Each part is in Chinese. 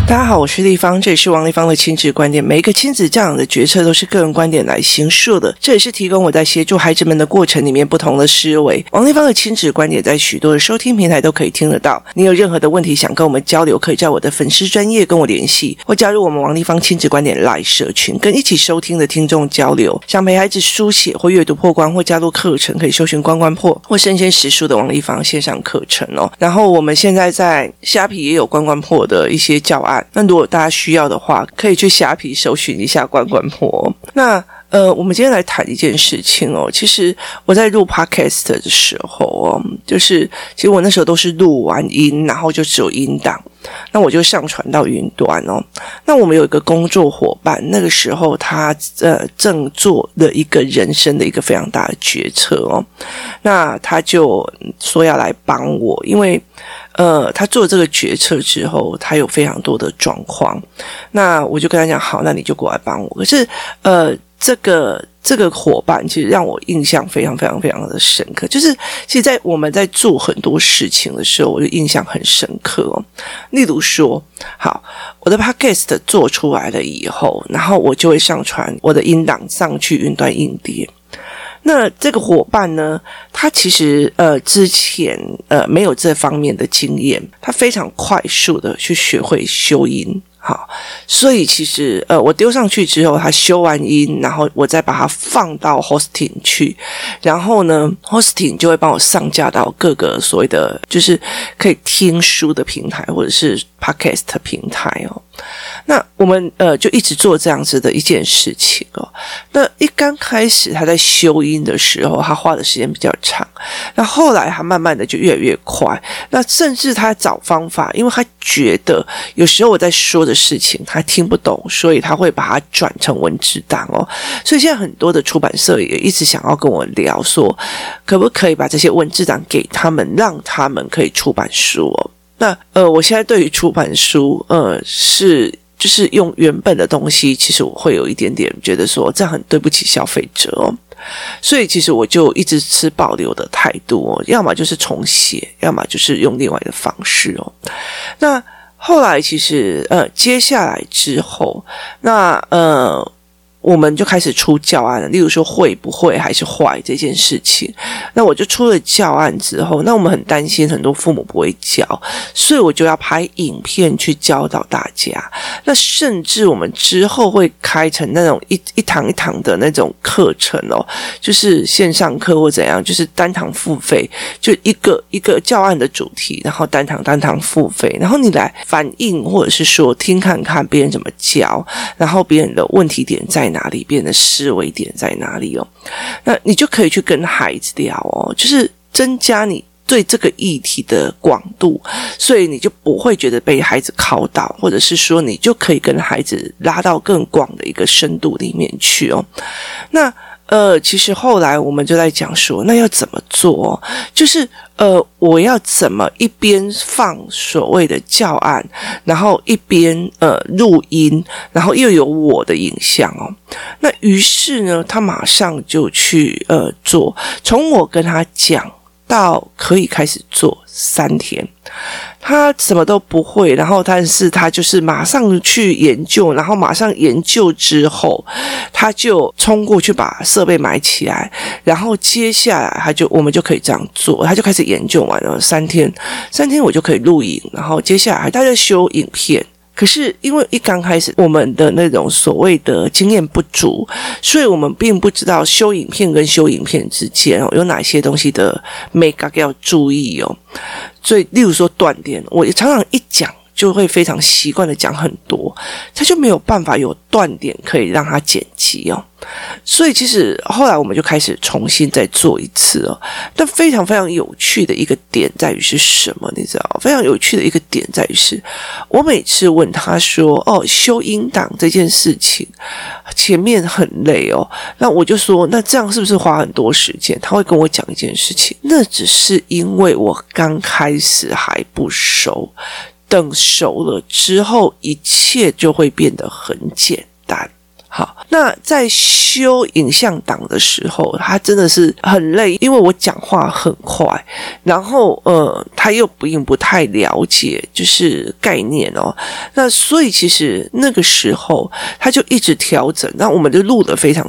大家好，我是立方，这里是王立方的亲子观点。每一个亲子教养的决策都是个人观点来形塑的，这也是提供我在协助孩子们的过程里面不同的思维。王立方的亲子观点在许多的收听平台都可以听得到。你有任何的问题想跟我们交流，可以在我的粉丝专页跟我联系，或加入我们王立方亲子观点 LINE 社群，跟一起收听的听众交流。想陪孩子书写或阅读破关，或加入课程，可以搜寻关关破或生鲜识书的王立方线上课程哦。然后我们现在在虾皮也有关关破的一些教案，那如果大家需要的话，可以去虾皮搜寻一下关关破。那我们今天来谈一件事情哦。其实我在录 podcast 的时候哦，就是其实我那时候都是录完音，然后就只有音档，那我就上传到云端哦。那我们有一个工作伙伴，那个时候他正做了一个人生的一个非常大的决策哦。那他就说要来帮我，因为他做这个决策之后，他有非常多的状况。那我就跟他讲，好，那你就过来帮我。可是这个伙伴其实让我印象非常非常非常的深刻，就是其实在我们在做很多事情的时候，我就印象很深刻哦。例如说，好，我的 podcast 做出来了以后，然后我就会上传我的音档上去云端硬碟。那这个伙伴呢，他其实之前没有这方面的经验，他非常快速的去学会修音。好，所以其实我丢上去之后，他修完音，然后我再把它放到 hosting 去，然后呢 hosting 就会帮我上架到各个所谓的就是可以听书的平台或者是 podcast 平台哦。那我们就一直做这样子的一件事情哦。那一刚开始他在修音的时候，他花的时间比较长，那后来他慢慢的就越来越快。那甚至他找方法，因为他觉得有时候我在说的事情他听不懂，所以他会把它转成文字档哦。所以现在很多的出版社也一直想要跟我聊说，可不可以把这些文字档给他们，让他们可以出版书哦。那我现在对于出版书就是用原本的东西，其实我会有一点点觉得说这样很对不起消费者哦。所以其实我就一直持保留的态度哦，要么就是重写，要么就是用另外的方式哦。那后来其实接下来之后，那我们就开始出教案了，例如说会不会还是坏这件事情。那我就出了教案之后，那我们很担心很多父母不会教，所以我就要拍影片去教导大家。那甚至我们之后会开成那种一堂一堂的那种课程哦，就是线上课或怎样，就是单堂付费，就一个教案的主题，然后单堂付费，然后你来反映或者是说听看看别人怎么教，然后别人的问题点在哪里，别人的思维点在哪里哦。那你就可以去跟孩子聊哦，就是增加你对这个议题的广度，所以你就不会觉得被孩子考倒，或者是说你就可以跟孩子拉到更广的一个深度里面去哦。那其实后来我们就在讲说，那要怎么做？就是我要怎么一边放所谓的教案，然后一边录音，然后又有我的影像哦。那于是呢，他马上就去做，从我跟他讲到可以开始做3天。他什么都不会，然后但是他就是马上去研究，然后马上研究之后，他就冲过去把设备买起来，然后接下来我们就可以这样做，他就开始研究完了3天我就可以录影，然后接下来他在修影片。可是因为一刚开始我们的那种所谓的经验不足，所以我们并不知道修影片跟修影片之间有哪些东西的make up要注意哦。所以例如说断点，我常常一讲就会非常习惯的讲很多，他就没有办法有断点可以让他剪辑哦。所以其实后来我们就开始重新再做一次哦。但非常非常有趣的一个点在于是什么？你知道，非常有趣的一个点在于是，我每次问他说：“哦，修音档这件事情前面很累哦。”那我就说：“那这样是不是花很多时间？”他会跟我讲一件事情，那只是因为我刚开始还不熟，等熟了之后，一切就会变得很简单。 好，那在修影像档的时候，他真的是很累，因为我讲话很快，然后他又不太了解就是概念哦，那所以其实那个时候他就一直调整，然后我们就录了非常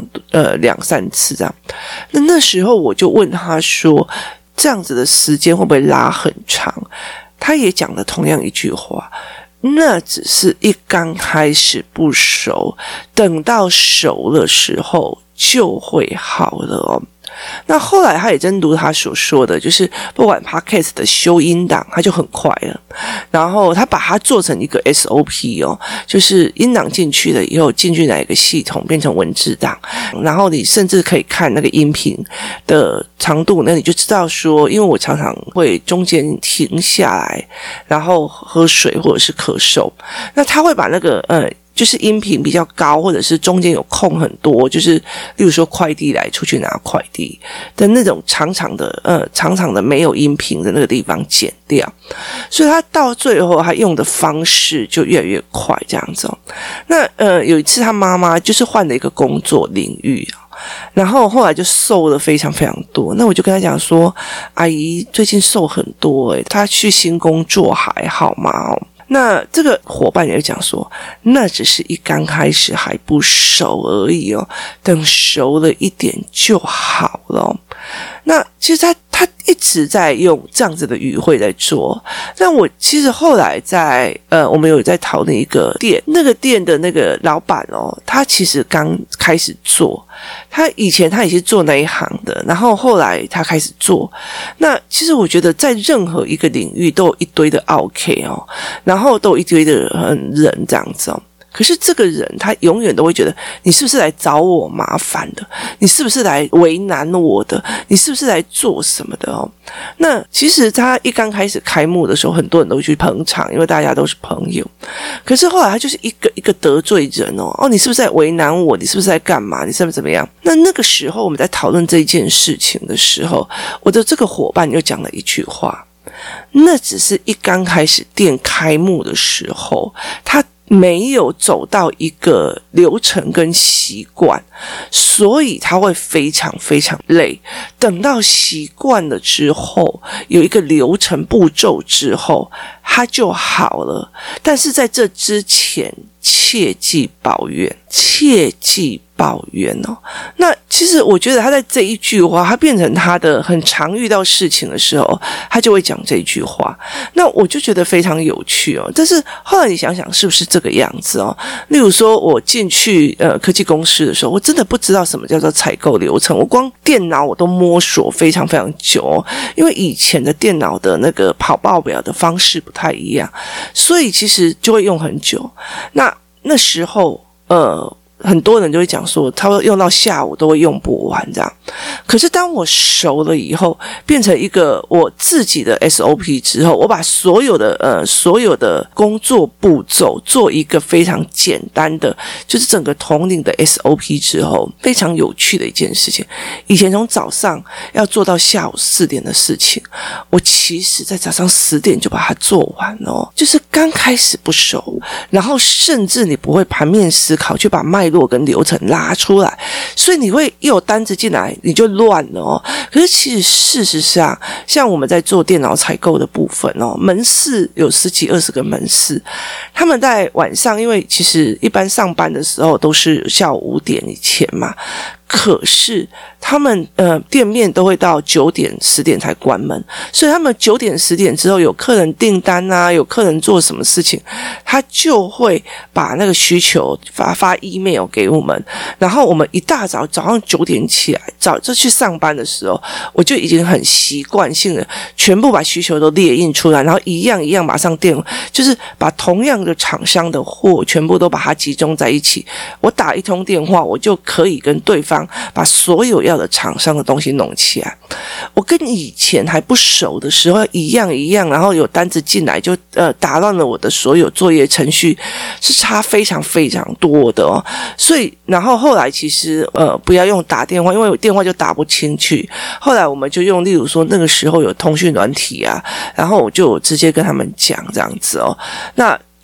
2-3次这样。那时候我就问他说，这样子的时间会不会拉很长？他也讲了同样一句话，那只是一刚开始不熟，等到熟的时候就会好了哦。那后来他也真如他所说的，就是不管 Podcast 的修音档，他就很快了。然后他把它做成一个 SOP 哦，就是音档进去了以后，进去哪一个系统变成文字档，然后你甚至可以看那个音频的长度，那你就知道说，因为我常常会中间停下来，然后喝水或者是咳嗽，那他会把那个就是音频比较高，或者是中间有空很多，就是例如说快递来出去拿快递的那种长长的没有音频的那个地方剪掉，所以他到最后他用的方式就越来越快这样子哦。那有一次他妈妈就是换了一个工作领域然后后来就瘦了非常非常多，那我就跟他讲说，阿姨最近瘦很多她去新工作还好吗？那这个伙伴也讲说，那只是一刚开始还不熟而已哦，等熟了一点就好了哦。那其实他一直在用这样子的语汇在做。但我其实后来我们有在讨论一个店，那个店的那个老板哦，他其实刚开始做，以前他也是做那一行的，然后后来他开始做。那其实我觉得在任何一个领域都有一堆的 OK 哦，然后都有一堆的人这样子哦。可是这个人他永远都会觉得，你是不是来找我麻烦的？你是不是来为难我的？你是不是来做什么的哦？那其实他一刚开始开幕的时候，很多人都去捧场，因为大家都是朋友。可是后来他就是一个一个得罪人哦，你是不是在为难我？你是不是在干嘛？你是不是怎么样？那个时候我们在讨论这一件事情的时候，我的这个伙伴又讲了一句话，那只是一刚开始店开幕的时候，他没有走到一个流程跟习惯，所以他会非常非常累。等到习惯了之后，有一个流程步骤之后，他就好了。但是在这之前，切忌抱怨，切忌抱怨哦。那其实我觉得他在这一句话，他变成他的很常遇到事情的时候，他就会讲这一句话。那我就觉得非常有趣哦。但是后来你想想，是不是这个样子哦？例如说，我进去科技公司的时候，我真的不知道什么叫做采购流程，我光电脑我都摸索非常非常久哦，因为以前的电脑的那个跑报表的方式不太一样，所以其实就会用很久。那时候很多人就会讲说，他会用到下午都会用不完这样。可是当我熟了以后，变成一个我自己的 SOP 之后，我把所有的工作步骤做一个非常简单的，就是整个统领的 SOP 之后，非常有趣的一件事情。以前从早上要做到下午4点的事情，我其实在早上10点就把它做完哦。就是刚开始不熟，然后甚至你不会盘面思考，去把脉络跟流程拉出来，所以你会一有单子进来你就乱了哦。可是其实事实上，像我们在做电脑采购的部分哦，门市有10几20个门市，他们在晚上，因为其实一般上班的时候都是下午5点以前嘛，可是他们店面都会到9点10点才关门，所以他们9点10点之后有客人订单啊，有客人做什么事情，他就会把那个需求发 email 给我们，然后我们一大早上9点起来早就去上班的时候，我就已经很习惯性的全部把需求都列印出来，然后一样一样马上就是把同样的厂商的货全部都把它集中在一起，我打一通电话我就可以跟对方把所有要的厂商的东西弄起来。我跟以前还不熟的时候一样，然后有单子进来就打乱了我的所有作业程序，是差非常非常多的哦。所以然后后来其实不要用打电话，因为我电话就打不进去，后来我们就用例如说那个时候有通讯软体啊，然后我就直接跟他们讲这样子哦。那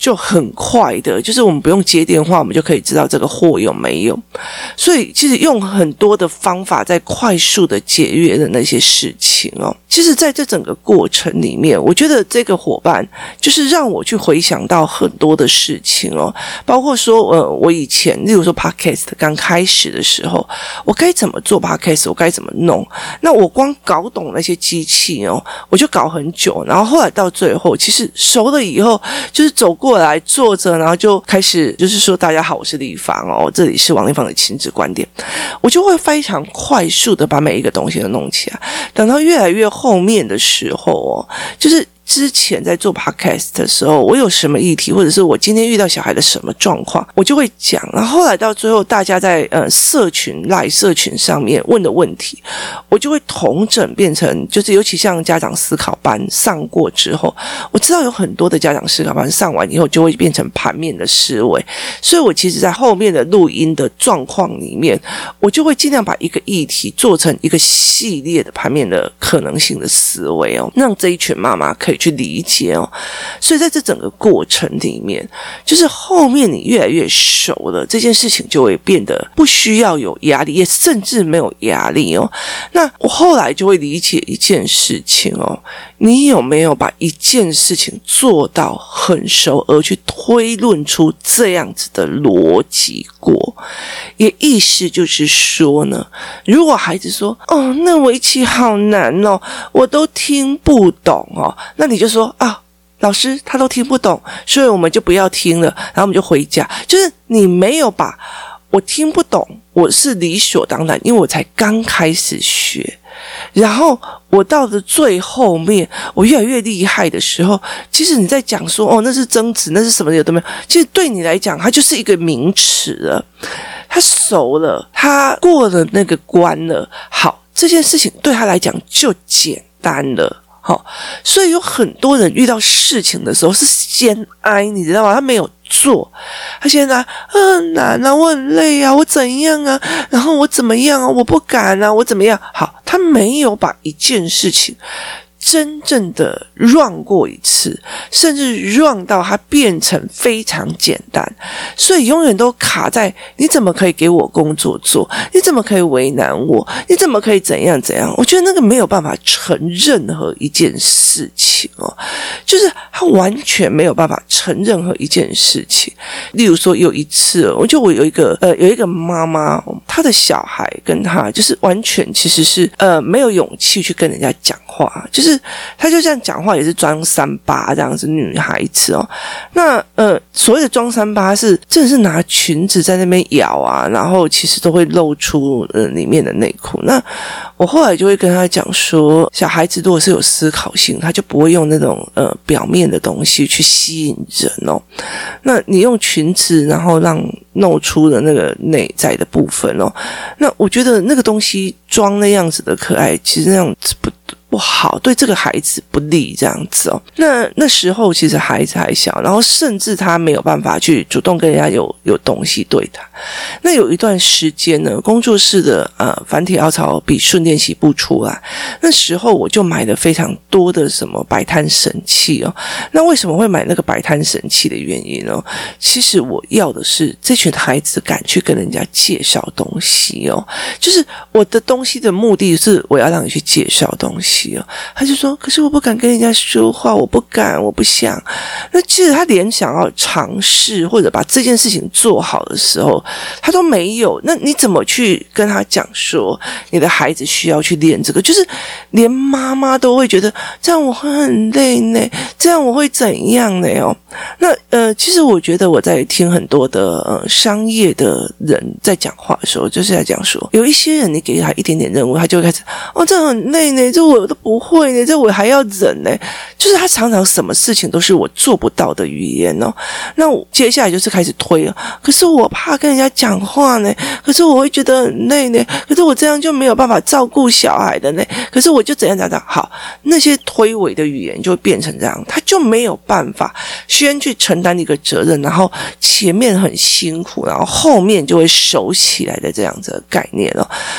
就很快的，就是我们不用接电话，我们就可以知道这个货有没有。所以其实用很多的方法在快速的节约的那些事情哦。其实在这整个过程里面，我觉得这个伙伴就是让我去回想到很多的事情哦，包括说我以前例如说 podcast 刚开始的时候，我该怎么做 podcast， 我该怎么弄，那我光搞懂那些机器哦，我就搞很久，然后后来到最后其实熟了以后，就是走过来坐着，然后就开始就是说大家好，我是丽芳哦，这里是王丽芳的亲子观点，我就会非常快速的把每一个东西都弄起来。等到越来越后面的时候哦，就是之前在做 podcast 的时候，我有什么议题，或者是我今天遇到小孩的什么状况，我就会讲。然后后来到最后，大家在社群上面问的问题，我就会统整变成，就是尤其像家长思考班上过之后，我知道有很多的家长思考班上完以后，就会变成盘面的思维。所以我其实在后面的录音的状况里面，我就会尽量把一个议题做成一个系列的盘面的可能性的思维哦，让这一群妈妈可以去理解哦。所以在这整个过程里面，就是后面你越来越熟了，这件事情就会变得不需要有压力，也甚至没有压力哦。那我后来就会理解一件事情哦，你有没有把一件事情做到很熟，而去推论出这样子的逻辑过？也意思就是说呢，如果孩子说哦，那围棋好难哦，我都听不懂哦，那你就说啊，老师他都听不懂，所以我们就不要听了，然后我们就回家。就是你没有把我听不懂，我是理所当然，因为我才刚开始学。然后我到了最后面，我越来越厉害的时候，其实你在讲说哦，那是增值，那是什么有都没有，其实对你来讲，它就是一个名词了。他熟了，他过了那个关了，好，这件事情对他来讲就简单了。好，所以有很多人遇到事情的时候是先哀，你知道吗？他没有做，他现在很难啊，我很累啊，我怎样啊，然后我怎么样啊，我不敢啊，我怎么样？好，他没有把一件事情真正的 run 过一次，甚至 run 到它变成非常简单，所以永远都卡在你怎么可以给我工作做，你怎么可以为难我，你怎么可以怎样怎样。我觉得那个没有办法成任何一件事情哦，就是他完全没有办法成任何一件事情。例如说有一次，我有一个妈妈，她的小孩跟她就是完全其实是没有勇气去跟人家讲话，就是她就这样讲话也是装三八这样子，女孩子哦。那所谓的装三八是真的是拿裙子在那边摇啊，然后其实都会露出里面的内裤。那我后来就会跟她讲说，小孩子如果是有思考性，他就不会用那种表面的东西去吸引人哦。那你用裙子，然后让露出了那个内在的部分哦，那我觉得那个东西装那样子的可爱，其实那样子不好，对这个孩子不利这样子哦。那时候其实孩子还小，然后甚至他没有办法去主动跟人家有东西对他。那有一段时间呢，工作室的繁体凹槽笔顺练习不出来，那时候我就买了非常多的什么摆摊神器哦。那为什么会买那个摆摊神器的原因呢？其实我要的是这群孩子敢去跟人家介绍东西哦，就是我的东西的目的是我要让你去介绍东西。他就说，可是我不敢跟人家说话，我不敢，我不想。那其实他连想要尝试或者把这件事情做好的时候，他都没有。那你怎么去跟他讲说，你的孩子需要去练这个？就是连妈妈都会觉得这样我会很累呢，这样我会怎样呢？哦，那其实我觉得我在听很多的商业的人在讲话的时候，就是在讲说，有一些人你给他一点点任务，他就会开始哦，这样很累呢，这我都不会呢，这我还要忍呢。就是他常常什么事情都是我做不到的语言哦。那我接下来就是开始推了，可是我怕跟人家讲话呢，可是我会觉得很累呢，可是我这样就没有办法照顾小孩的呢，可是我就怎样。好，那些推诿的语言就会变成这样，他就没有办法先去承担一个责任，然后前面很辛苦，然后后面就会熟起来的这样子的概念哦。好，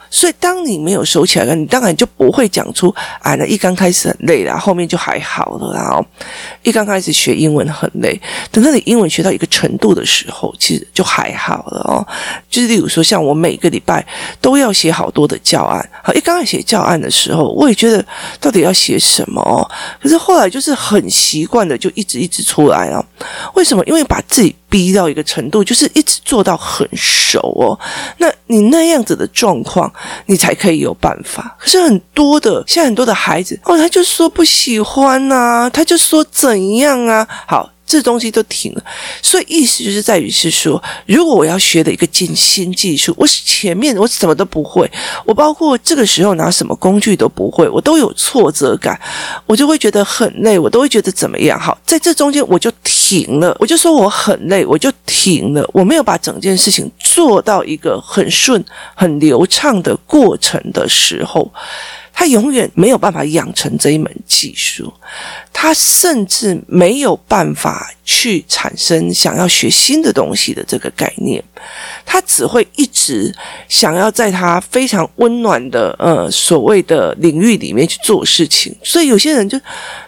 所以当你没有收起来，你当然就不会讲出那一刚开始很累啦，后面就还好了啦。一刚开始学英文很累，等到你英文学到一个程度的时候，其实就还好了哦。就是例如说，像我每个礼拜都要写好多的教案，好，一刚开始写教案的时候，我也觉得到底要写什么哦，可是后来就是很习惯的就一直出来啊。为什么？因为把自己逼到一个程度，就是一直做到很熟哦。那你那样子的状况，你才可以有办法。可是现在很多的孩子他就说不喜欢啊，他就说怎样啊，好。这东西都停了，所以意思就是在于是说，如果我要学的一个新技术，我前面我什么都不会，我包括这个时候拿什么工具都不会，我都有挫折感，我就会觉得很累，我都会觉得怎么样？好，在这中间我就停了，我就说我很累，我就停了，我没有把整件事情做到一个很顺、很流畅的过程的时候。他永远没有办法养成这一门技术，他甚至没有办法去产生想要学新的东西的这个概念，他只会一直想要在他非常温暖的所谓的领域里面去做事情，所以有些人就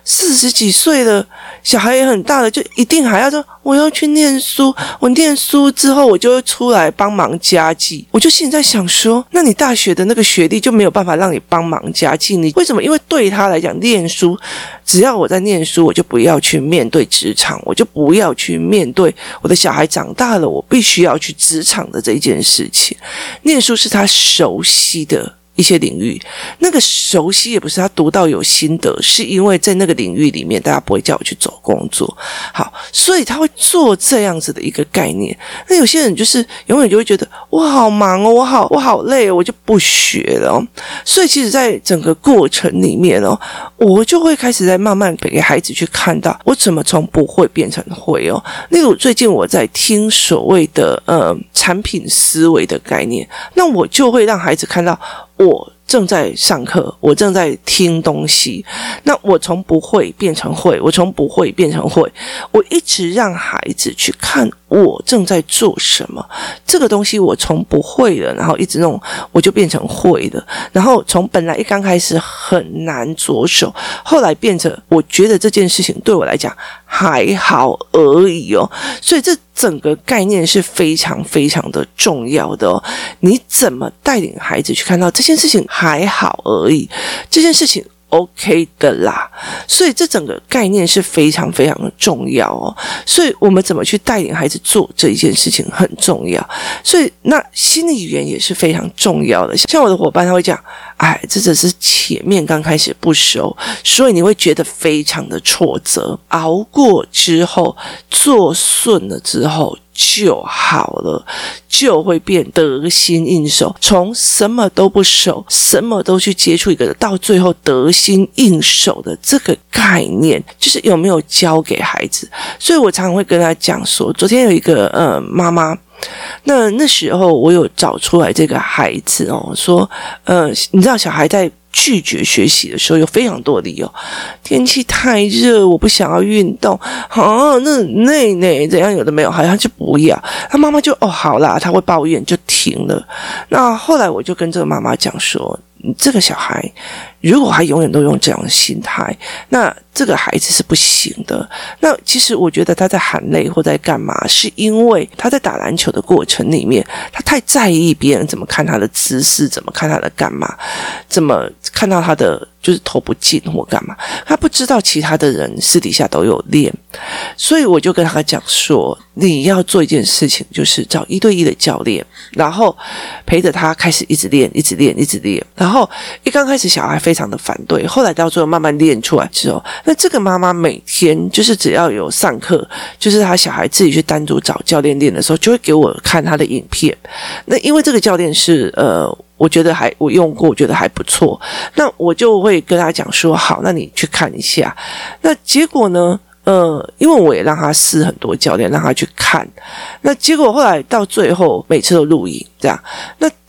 40几岁了，小孩也很大了，就一定还要说我要去念书，我念书之后我就会出来帮忙家计。我就现在想说，那你大学的那个学历就没有办法让你帮忙家计，你为什么？因为对他来讲，念书只要我在念书，我就不要去面对职场，我就不要去面对我的小孩长大了，我必须要去职场的这一件事情。念书是他熟悉的一些领域，那个熟悉也不是他读到有心得，是因为在那个领域里面大家不会叫我去走工作，好，所以他会做这样子的一个概念。那有些人就是永远就会觉得我好忙哦，我好累哦，我就不学了哦。所以其实在整个过程里面哦，我就会开始在慢慢给孩子去看到我怎么从不会变成会哦。例如最近我在听所谓的产品思维的概念，那我就会让孩子看到我正在上课，我正在听东西，那我从不会变成会，我从不会变成会，我一直让孩子去看我正在做什么，这个东西我从不会了，然后一直弄我就变成会了，然后从本来一刚开始很难着手，后来变成我觉得这件事情对我来讲还好而已哦，所以这整个概念是非常非常的重要的哦。你怎么带领孩子去看到这件事情还好而已，这件事情 OK 的啦，所以这整个概念是非常非常的重要哦。所以我们怎么去带领孩子做这一件事情很重要，所以那心理语言也是非常重要的。像我的伙伴他会讲，这只是前面刚开始不熟，所以你会觉得非常的挫折，熬过之后做顺了之后就好了，就会变得心应手，从什么都不熟，什么都去接触一个，到最后得心应手的这个概念，就是有没有教给孩子。所以我常常会跟他讲说，昨天有一个妈妈，那时候我有找出来这个孩子哦，说你知道小孩在拒绝学习的时候有非常多的理由，天气太热，我不想要运动，那怎样有的没有，好像就不要，他妈妈就好啦，他会抱怨就停了。那后来我就跟这个妈妈讲说，这个小孩如果他永远都用这样的心态，那这个孩子是不行的。那其实我觉得他在喊累或在干嘛，是因为他在打篮球的过程里面，他太在意别人怎么看他的姿势，怎么看他的干嘛，怎么看到他的就是投不进或干嘛，他不知道其他的人私底下都有练。所以我就跟他讲说，你要做一件事情，就是找1对1的教练，然后陪着他开始一直练，然后一刚开始小孩非常的反对，后来到最后慢慢练出来之后，那这个妈妈每天就是只要有上课，就是他小孩自己去单独找教练练的时候，就会给我看他的影片。那因为这个教练是我觉得我用过，我觉得还不错，那我就会跟他讲说，好，那你去看一下。那结果呢因为我也让他试很多教练，让他去看，那结果后来到最后每次都录影这样，那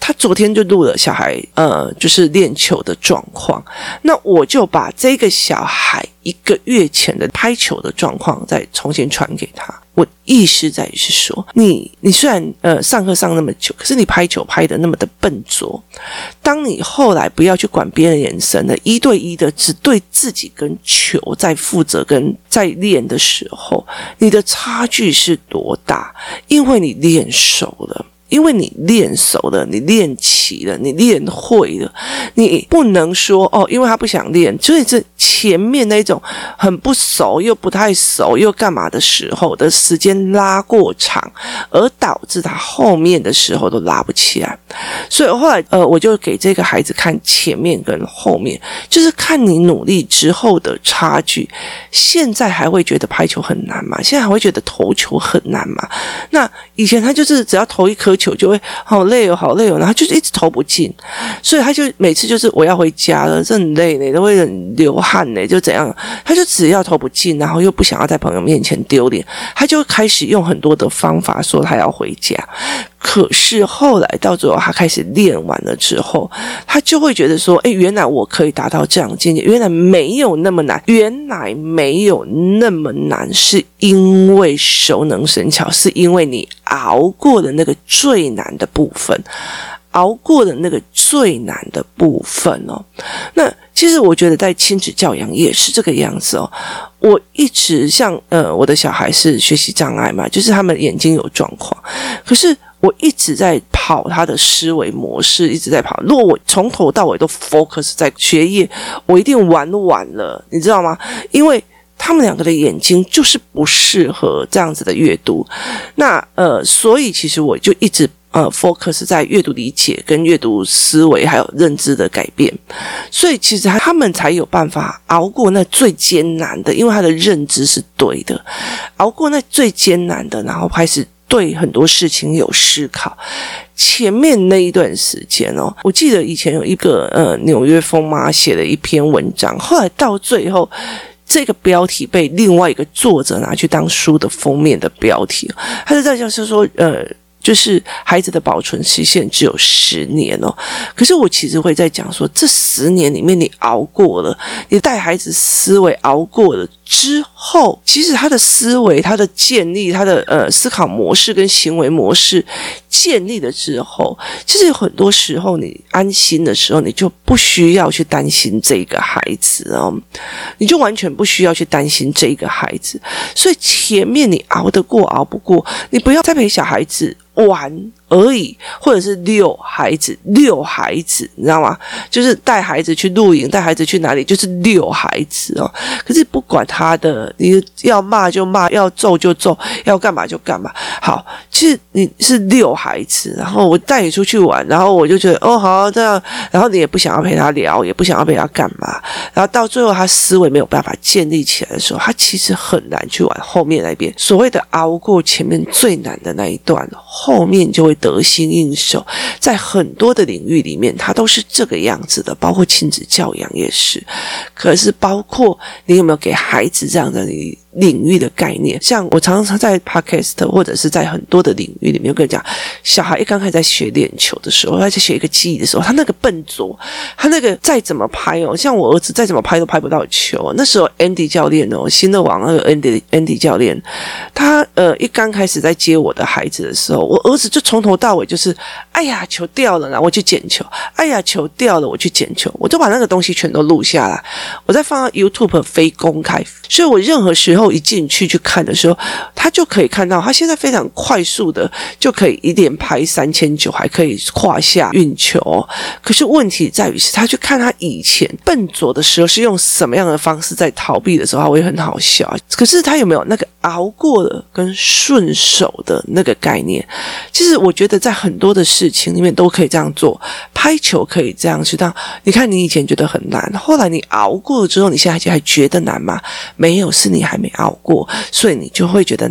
他昨天就录了小孩就是练球的状况，那我就把这个小孩1个月前的拍球的状况再重新传给他。我意思在于是说，你虽然上课上那么久，可是你拍球拍的那么的笨拙，当你后来不要去管别人眼神的1对1的只对自己跟球在负责跟在练的时候，你的差距是多大？因为你练熟了，因为你练熟了，你练齐了，你练会了，你不能说因为他不想练，所以这前面那种很不熟又不太熟又干嘛的时候的时间拉过长，而导致他后面的时候都拉不起来。所以后来我就给这个孩子看前面跟后面，就是看你努力之后的差距。现在还会觉得拍球很难吗？现在还会觉得投球很难吗？那以前他就是只要投一颗球就会好累哦好累哦，然后就是一直投不进，所以他就每次就是我要回家了，这很累呢，都会很流汗呢，就怎样，他就只要投不进，然后又不想要在朋友面前丢脸，他就开始用很多的方法说他要回家。可是后来到最后他开始练完了之后，他就会觉得说原来我可以达到这样的境界，原来没有那么难，原来没有那么难，是因为熟能生巧，是因为你熬过的那个最难的部分，熬过的那个最难的部分那其实我觉得在亲子教养也是这个样子我一直像我的小孩是学习障碍嘛，就是他们眼睛有状况，可是我一直在跑他的思维模式，一直在跑。如果我从头到尾都 focus 在学业，我一定玩完了，你知道吗？因为他们两个的眼睛就是不适合这样子的阅读。那所以其实我就一直focus 在阅读理解跟阅读思维还有认知的改变，所以其实他们才有办法熬过那最艰难的，因为他的认知是对的，熬过那最艰难的，然后开始对很多事情有思考。前面那一段时间我记得以前有一个纽约风妈写了一篇文章，后来到最后这个标题被另外一个作者拿去当书的封面的标题，他就在讲说就是孩子的保存期限只有10年可是我其实会在讲说，这10年里面你熬过了，你带孩子思维熬过了之后，其实他的思维他的建立，他的思考模式跟行为模式建立了之后，其实有很多时候你安心的时候，你就不需要去担心这个孩子你就完全不需要去担心这个孩子。所以前面你熬得过熬不过，你不要再陪小孩子玩而已，或者是遛孩子，你知道吗？就是带孩子去露营，带孩子去哪里，就是遛孩子可是不管他的，你要骂就骂，要揍就揍，要干嘛就干嘛。好，其实你是遛孩子，然后我带你出去玩，然后我就觉得好这样，然后你也不想要陪他聊，也不想要陪他干嘛，然后到最后他思维没有办法建立起来的时候，他其实很难去玩后面那边所谓的熬过前面最难的那一段，后面就会得心应手。在很多的领域里面它都是这个样子的，包括亲子教养也是。可是包括你有没有给孩子这样的领域的概念，像我常常在 podcast 或者是在很多的领域里面跟你讲，小孩一刚开始在学练球的时候，他在学一个技艺的时候，他那个笨拙，他那个再怎么拍像我儿子再怎么拍都拍不到球。那时候 Andy 教练新乐网那个 Andy 教练，他一刚开始在接我的孩子的时候，我儿子就从头到尾就是哎呀球掉了，然后我去捡球，哎呀球掉了，我去捡球，我就把那个东西全都录下来，我再放到 YouTube 非公开，所以我任何时候一进去看的时候，他就可以看到他现在非常快速的就可以一连拍3900，还可以胯下运球可是问题在于是他去看他以前笨拙的时候是用什么样的方式在逃避的时候，他会很好笑。可是他有没有那个熬过了跟顺手的那个概念？其实我觉得在很多的事情里面都可以这样做，拍球可以这样去当。你看你以前觉得很难，后来你熬过了之后，你现在还觉得难吗？没有，是你还没熬过，所以你就会觉得难。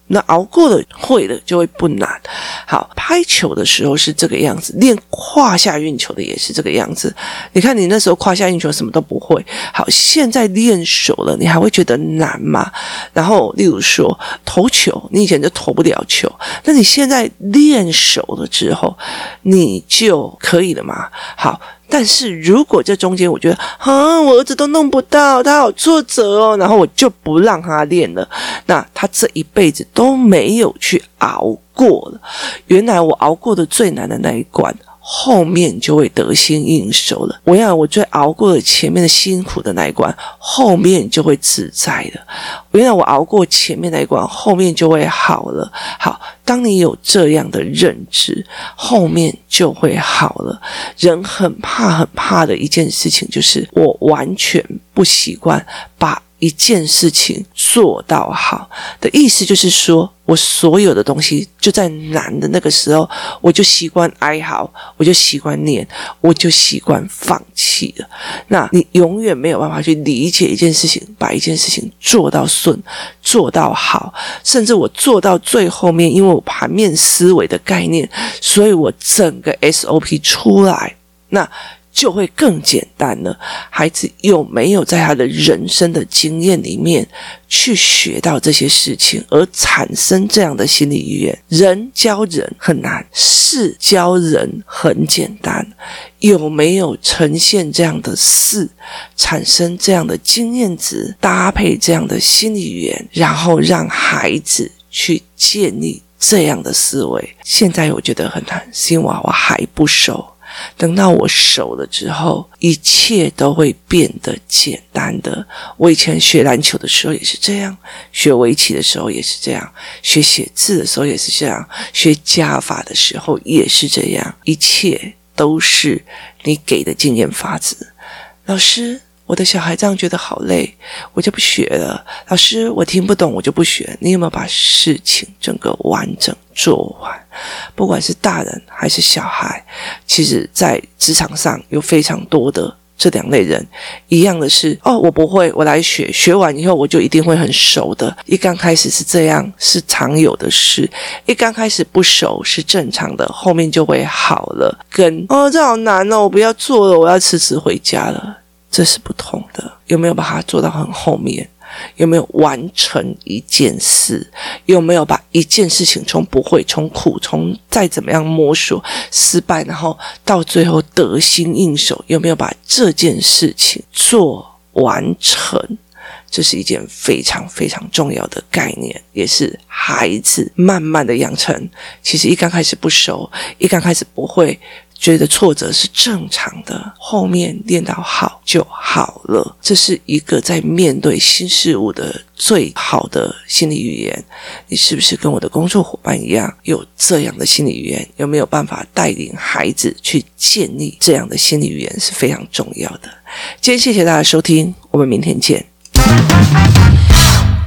那熬过了会了就会不难。好，拍球的时候是这个样子，练胯下运球的也是这个样子。你看你那时候胯下运球什么都不会，好，现在练熟了，你还会觉得难吗？然后例如说投球，你以前就投不了球，那你现在练熟了之后，你就可以了嘛？好。但是如果这中间我觉得我儿子都弄不到，他好挫折哦，然后我就不让他练了，那他这一辈子都没有去熬过了。原来我熬过的最难的那一关，后面就会得心应手了。我最熬过了前面的辛苦的那一关，后面就会自在了。原来我熬过前面那一关，后面就会好了。好，当你有这样的认知，后面就会好了。人很怕的一件事情，就是我完全不习惯把一件事情做到好的意思，就是说我所有的东西就在难的那个时候，我就习惯哀嚎，我就习惯念，我就习惯放弃了。那你永远没有办法去理解一件事情，把一件事情做到顺，做到好，甚至我做到最后面，因为我盘面思维的概念，所以我整个 SOP 出来，那就会更简单了。孩子有没有在他的人生的经验里面去学到这些事情，而产生这样的心理语言？人教人很难，事教人很简单。有没有呈现这样的事，产生这样的经验值，搭配这样的心理语言，然后让孩子去建立这样的思维？现在我觉得很难，是因为我还不熟。等到我熟了之后，一切都会变得简单的。我以前学篮球的时候也是这样，学围棋的时候也是这样，学写字的时候也是这样，学加法的时候也是这样，一切都是你给的经验法则。老师，我的小孩这样觉得好累，我就不学了。老师，我听不懂，我就不学。你有没有把事情整个完整做完？不管是大人还是小孩，其实在职场上有非常多的这两类人。一样的是，我不会，我来学，学完以后我就一定会很熟的。一刚开始是这样，是常有的事。一刚开始不熟是正常的，后面就会好了。跟这好难哦，我不要做了，我要辞职回家了，这是不同的。有没有把它做到很后面？有没有完成一件事？有没有把一件事情从不会，从苦，从再怎么样摸索失败，然后到最后得心应手？有没有把这件事情做完成？这是一件非常非常重要的概念，也是孩子慢慢的养成。其实一刚开始不熟，一刚开始不会，觉得挫折是正常的，后面练到好就好了。这是一个在面对新事物的最好的心理语言。你是不是跟我的工作伙伴一样，有这样的心理语言？有没有办法带领孩子去建立这样的心理语言是非常重要的。今天谢谢大家收听，我们明天见。